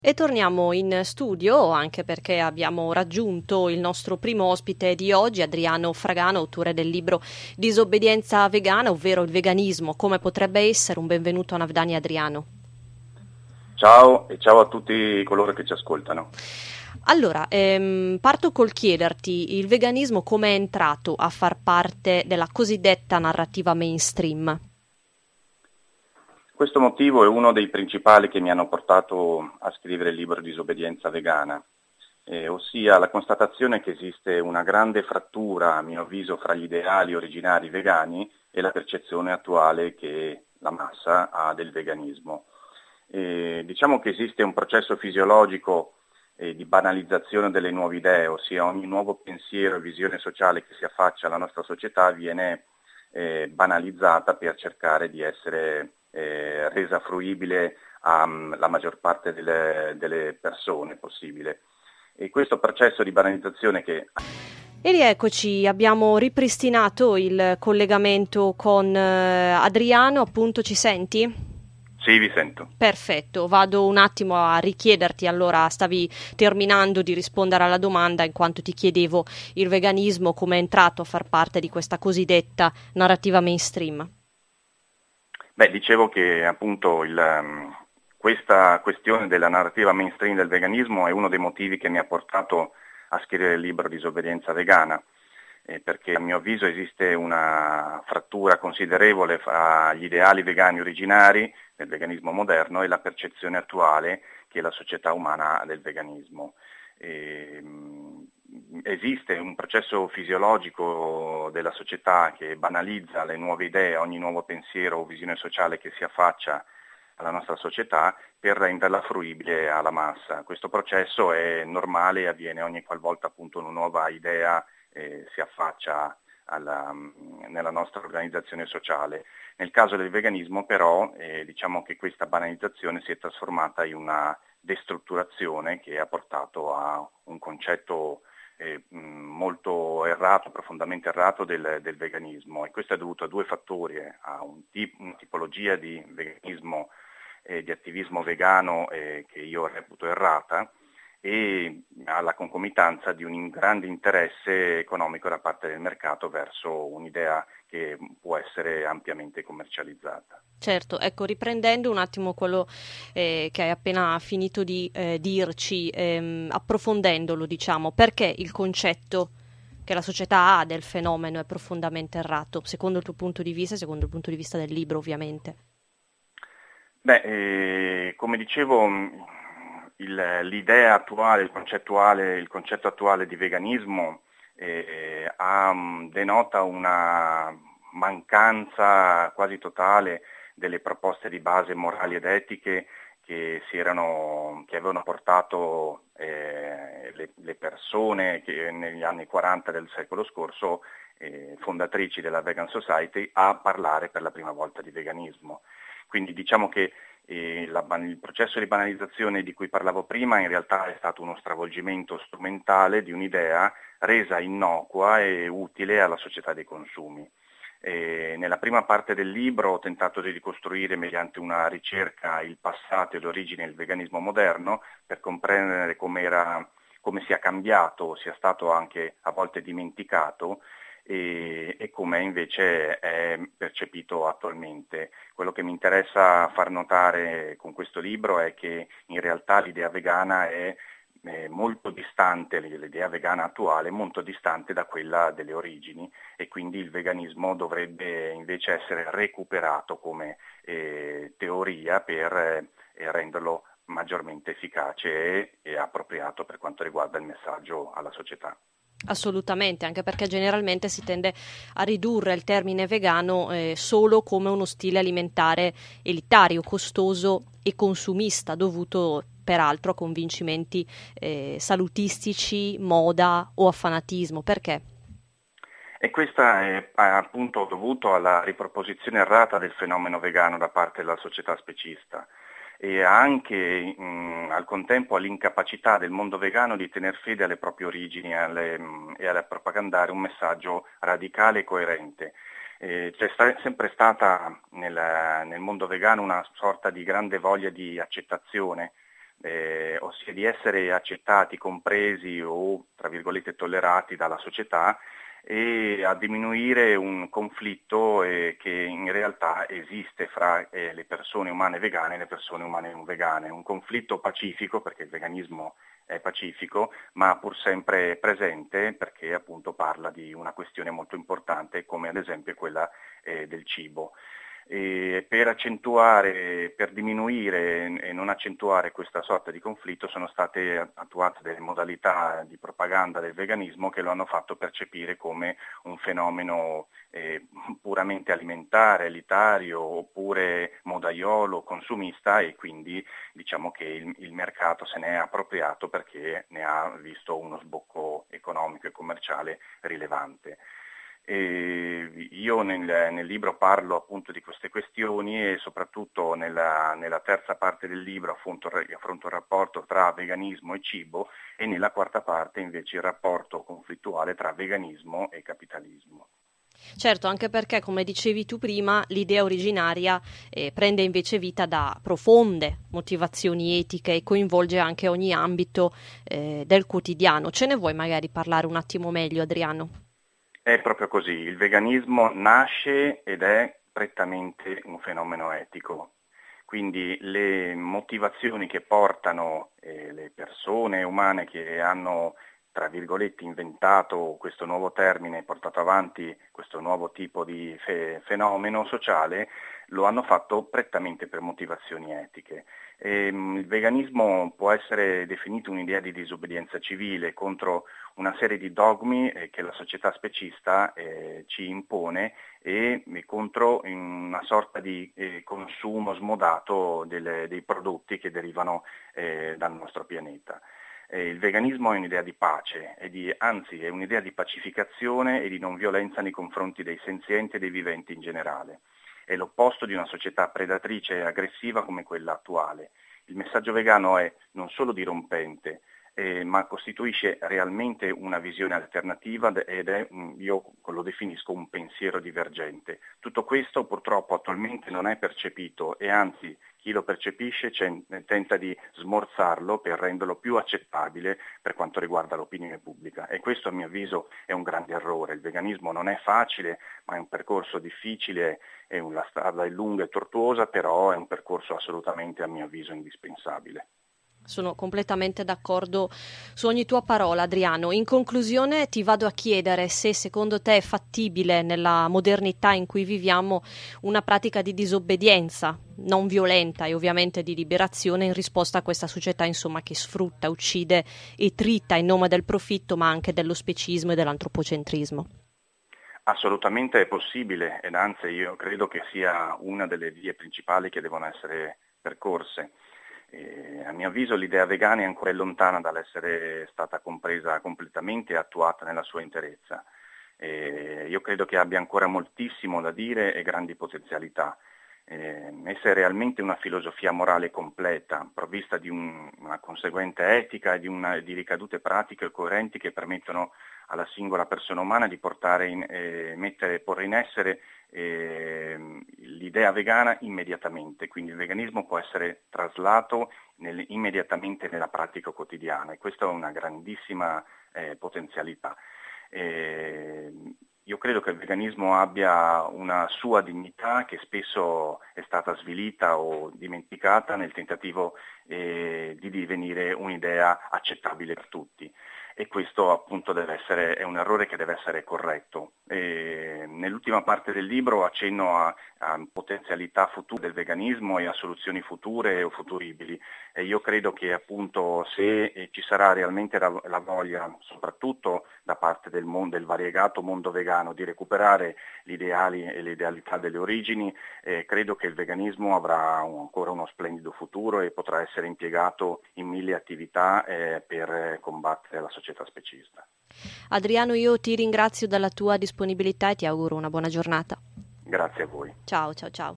E torniamo in studio anche perché abbiamo raggiunto il nostro primo ospite di oggi, Adriano Fragano, autore del libro Disobbedienza vegana, ovvero il veganismo, come potrebbe essere. Un benvenuto a Navdani, Adriano. Ciao e ciao a tutti coloro che ci ascoltano. Allora, parto col chiederti il veganismo come è entrato a far parte della cosiddetta narrativa mainstream. Questo motivo è uno dei principali che mi hanno portato a scrivere il libro Disobbedienza vegana, ossia la constatazione che esiste una grande frattura, a mio avviso, fra gli ideali originari vegani e la percezione attuale che la massa ha del veganismo. Diciamo che esiste un processo fisiologico di banalizzazione delle nuove idee, ossia ogni nuovo pensiero e visione sociale che si affaccia alla nostra società viene banalizzata per cercare di essere resa fruibile alla maggior parte delle persone possibile. E questo processo di banalizzazione che... E rieccoci, abbiamo ripristinato il collegamento con Adriano, appunto ci senti? Sì, vi sento. Perfetto, vado un attimo a richiederti, allora stavi terminando di rispondere alla domanda in quanto ti chiedevo il veganismo come è entrato a far parte di questa cosiddetta narrativa mainstream. Beh, dicevo che appunto questa questione della narrativa mainstream del veganismo è uno dei motivi che mi ha portato a scrivere il libro Disobbedienza vegana, perché a mio avviso esiste una frattura considerevole fra gli ideali vegani originari del veganismo moderno e la percezione attuale che la società umana ha del veganismo. E, esiste un processo fisiologico della società che banalizza le nuove idee, ogni nuovo pensiero o visione sociale che si affaccia alla nostra società per renderla fruibile alla massa. Questo processo è normale e avviene ogni qualvolta appunto una nuova idea si affaccia nella nostra organizzazione sociale. Nel caso del veganismo però diciamo che questa banalizzazione si è trasformata in una destrutturazione che ha portato a un concetto molto errato, profondamente errato del veganismo, e questo è dovuto a due fattori, a una tipologia di veganismo di attivismo vegano che io reputo errata, e alla concomitanza di un grande interesse economico da parte del mercato verso un'idea che può essere ampiamente commercializzata. Certo, ecco, riprendendo un attimo quello che hai appena finito di dirci, approfondendolo, diciamo, perché il concetto che la società ha del fenomeno è profondamente errato, secondo il tuo punto di vista e secondo il punto di vista del libro, ovviamente. Beh, come dicevo, l'idea attuale, il concetto attuale di veganismo denota una mancanza quasi totale delle proposte di base morali ed etiche che avevano portato le persone che negli anni 40 del secolo scorso, fondatrici della Vegan Society, a parlare per la prima volta di veganismo. Quindi diciamo che il processo di banalizzazione di cui parlavo prima in realtà è stato uno stravolgimento strumentale di un'idea resa innocua e utile alla società dei consumi. Nella prima parte del libro ho tentato di ricostruire mediante una ricerca il passato e l'origine del veganismo moderno per comprendere come sia cambiato, sia stato anche a volte dimenticato e come invece è percepito attualmente. Quello che mi interessa far notare con questo libro è che in realtà l'idea vegana è molto distante, l'idea vegana attuale è molto distante da quella delle origini, e quindi il veganismo dovrebbe invece essere recuperato come teoria per renderlo maggiormente efficace e appropriato per quanto riguarda il messaggio alla società. Assolutamente, anche perché generalmente si tende a ridurre il termine vegano solo come uno stile alimentare elitario, costoso e consumista, dovuto peraltro a convincimenti salutistici, moda o a fanatismo. Perché? E questa è appunto dovuto alla riproposizione errata del fenomeno vegano da parte della società specista, e anche al contempo all'incapacità del mondo vegano di tener fede alle proprie origini e a propagandare un messaggio radicale e coerente. Sempre stata nel mondo vegano una sorta di grande voglia di accettazione ossia di essere accettati, compresi o, tra virgolette, tollerati dalla società, e a diminuire un conflitto che in realtà esiste fra le persone umane vegane e le persone umane non vegane, un conflitto pacifico, perché il veganismo è pacifico, ma pur sempre presente, perché appunto parla di una questione molto importante come ad esempio quella del cibo. E per diminuire e non accentuare questa sorta di conflitto sono state attuate delle modalità di propaganda del veganismo che lo hanno fatto percepire come un fenomeno puramente alimentare, elitario oppure modaiolo, consumista, e quindi diciamo che il mercato se ne è appropriato perché ne ha visto uno sbocco economico e commerciale rilevante. Io nel libro parlo appunto di queste questioni e soprattutto nella terza parte del libro affronto il rapporto tra veganismo e cibo, e nella quarta parte invece il rapporto conflittuale tra veganismo e capitalismo. Certo, anche perché, come dicevi tu prima, l'idea originaria prende invece vita da profonde motivazioni etiche e coinvolge anche ogni ambito del quotidiano. Ce ne vuoi magari parlare un attimo meglio, Adriano? È proprio così, il veganismo nasce ed è prettamente un fenomeno etico, quindi le motivazioni che portano le persone umane che hanno, tra virgolette, inventato questo nuovo termine, portato avanti questo nuovo tipo di fenomeno sociale, lo hanno fatto prettamente per motivazioni etiche. Il veganismo può essere definito un'idea di disobbedienza civile contro una serie di dogmi che la società specista ci impone e contro una sorta di consumo smodato dei prodotti che derivano dal nostro pianeta. Il veganismo è un'idea di pace, anzi è un'idea di pacificazione e di non violenza nei confronti dei senzienti e dei viventi in generale. È l'opposto di una società predatrice e aggressiva come quella attuale. Il messaggio vegano è non solo dirompente, ma costituisce realmente una visione alternativa ed io lo definisco un pensiero divergente. Tutto questo purtroppo attualmente non è percepito e anzi chi lo percepisce tenta di smorzarlo per renderlo più accettabile per quanto riguarda l'opinione pubblica, e questo a mio avviso è un grande errore. Il veganismo non è facile, ma è un percorso difficile, la strada è lunga e tortuosa, però è un percorso assolutamente a mio avviso indispensabile. Sono completamente d'accordo su ogni tua parola, Adriano. In conclusione, ti vado a chiedere se secondo te è fattibile nella modernità in cui viviamo una pratica di disobbedienza non violenta e ovviamente di liberazione in risposta a questa società, insomma, che sfrutta, uccide e trita in nome del profitto, ma anche dello specismo e dell'antropocentrismo. Assolutamente è possibile, ed anzi io credo che sia una delle vie principali che devono essere percorse. A mio avviso l'idea vegana è ancora lontana dall'essere stata compresa completamente e attuata nella sua interezza. Io credo che abbia ancora moltissimo da dire e grandi potenzialità. Essa è realmente una filosofia morale completa, provvista di una conseguente etica e di ricadute pratiche coerenti che permettono alla singola persona umana di porre in essere l'idea vegana immediatamente. Quindi il veganismo può essere traslato immediatamente nella pratica quotidiana, e questa è una grandissima potenzialità. Io credo che il veganismo abbia una sua dignità che spesso è stata svilita o dimenticata nel tentativo di divenire un'idea accettabile per tutti, e questo appunto è un errore che deve essere corretto. Nell'ultima parte del libro accenno a potenzialità future del veganismo e a soluzioni future o futuribili, e io credo che appunto se ci sarà realmente la voglia, soprattutto da parte del variegato mondo vegano, di recuperare gli ideali e le idealità delle origini, credo che il veganismo avrà ancora uno splendido futuro e potrà essere impiegato in mille attività per combattere la società specista. Adriano, io ti ringrazio della tua disponibilità e ti auguro una buona giornata. Grazie a voi. Ciao, ciao, ciao.